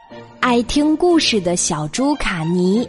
爱听故事的小猪卡尼。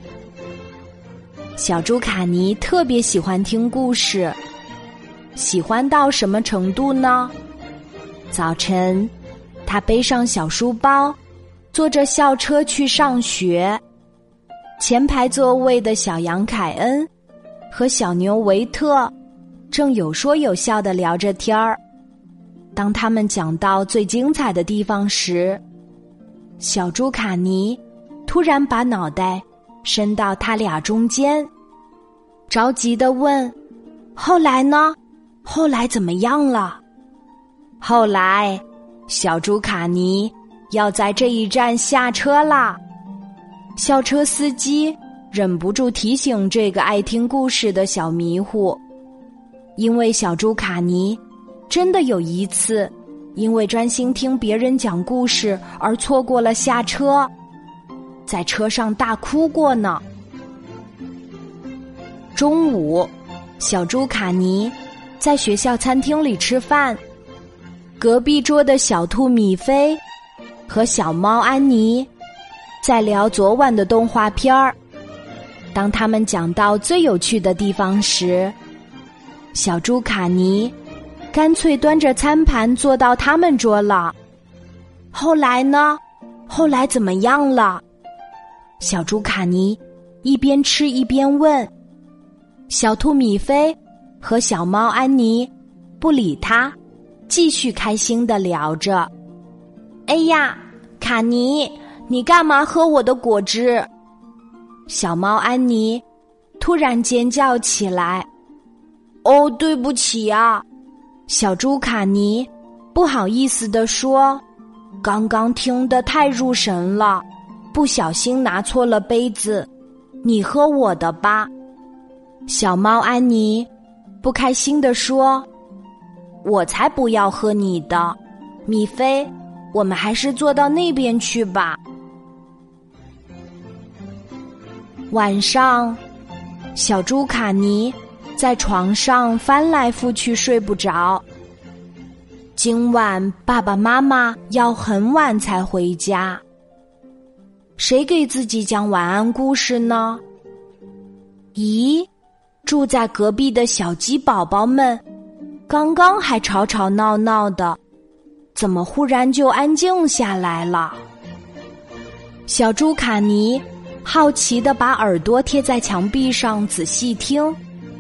小猪卡尼特别喜欢听故事，喜欢到什么程度呢？早晨，他背上小书包，坐着校车去上学。前排座位的小羊凯恩和小牛维特正有说有笑地聊着天儿。当他们讲到最精彩的地方时，小猪卡尼突然把脑袋伸到他俩中间，着急地问：后来呢？后来怎么样了？后来，小猪卡尼要在这一站下车啦。校车司机忍不住提醒这个爱听故事的小迷糊，因为小猪卡尼真的有一次因为专心听别人讲故事而错过了下车，在车上大哭过呢。中午，小猪卡尼在学校餐厅里吃饭，隔壁桌的小兔米菲和小猫安妮在聊昨晚的动画片儿。当他们讲到最有趣的地方时，小猪卡尼干脆端着餐盘坐到他们桌了。后来呢？后来怎么样了？小猪卡尼一边吃一边问。小兔米菲和小猫安妮不理他，继续开心地聊着。哎呀，卡尼，你干嘛喝我的果汁？小猫安妮突然尖叫起来。哦，对不起啊，小猪卡尼不好意思地说，刚刚听得太入神了，不小心拿错了杯子，你喝我的吧。小猫安妮不开心地说，我才不要喝你的，米菲，我们还是坐到那边去吧。晚上，小猪卡尼在床上翻来覆去睡不着。今晚爸爸妈妈要很晚才回家，谁给自己讲晚安故事呢？咦，住在隔壁的小鸡宝宝们刚刚还吵吵闹闹的，怎么忽然就安静下来了？小猪卡尼好奇地把耳朵贴在墙壁上仔细听。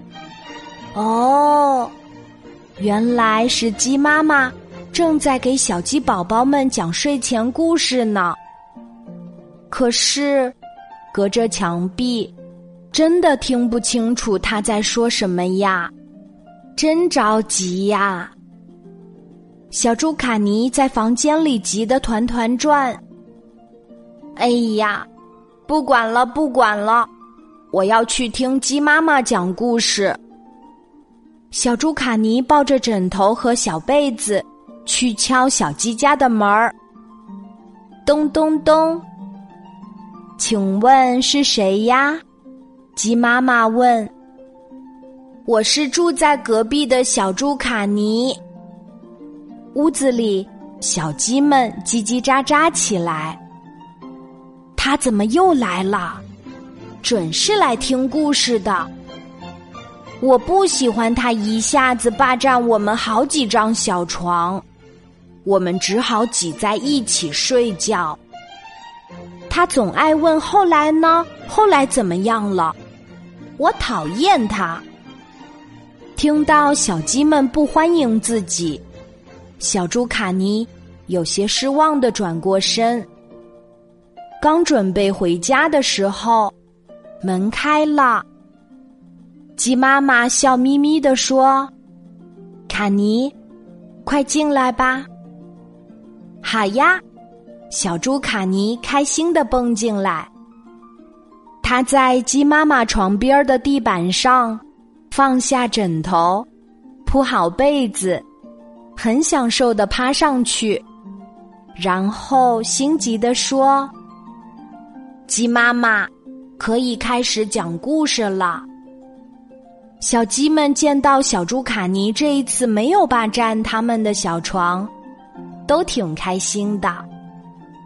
哦，原来是鸡妈妈正在给小鸡宝宝们讲睡前故事呢。可是，隔着墙壁，真的听不清楚她在说什么呀，真着急呀。小猪卡尼在房间里急得团团转。哎呀，不管了，不管了，我要去听鸡妈妈讲故事。小猪卡尼抱着枕头和小被子去敲小鸡家的门儿。咚咚咚，请问是谁呀？鸡妈妈问。我是住在隔壁的小猪卡尼。屋子里，小鸡们叽叽喳喳起来。他怎么又来了？准是来听故事的。我不喜欢他一下子霸占我们好几张小床，我们只好挤在一起睡觉。他总爱问后来呢？后来怎么样了？我讨厌他。听到小鸡们不欢迎自己，小猪卡尼有些失望地转过身。刚准备回家的时候，门开了。鸡妈妈笑眯眯地说：卡尼，快进来吧。好呀，小猪卡尼开心地蹦进来。他在鸡妈妈床边的地板上放下枕头，铺好被子，很享受地趴上去，然后心急地说：鸡妈妈，可以开始讲故事了。小鸡们见到小猪卡尼这一次没有霸占他们的小床，都挺开心的。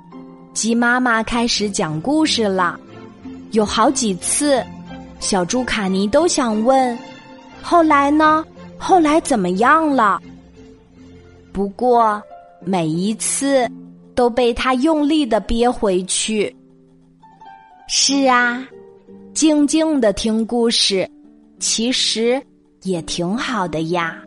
鸡妈妈开始讲故事了。有好几次，小猪卡尼都想问，后来呢？后来怎么样了？不过每一次都被他用力地憋回去。是啊，静静地听故事，其实也挺好的呀。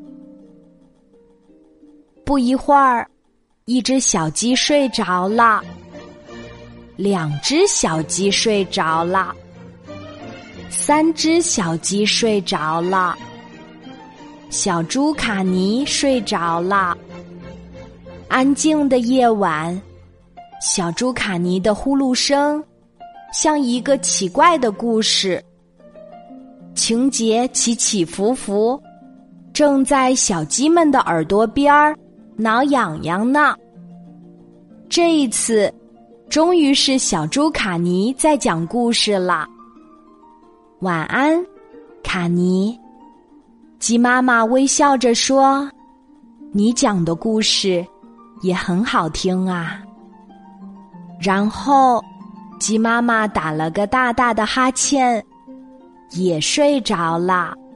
不一会儿，一只小鸡睡着了，2只小鸡睡着了，3只小鸡睡着了，小猪卡尼睡着了。安静的夜晚，小猪卡尼的呼噜声像一个奇怪的故事，情节起起伏伏，正在小鸡们的耳朵边儿挠痒痒呢。这一次终于是小猪卡尼在讲故事了。晚安，卡尼。鸡妈妈微笑着说，你讲的故事也很好听啊。然后鸡妈妈打了个大大的哈欠，也睡着了。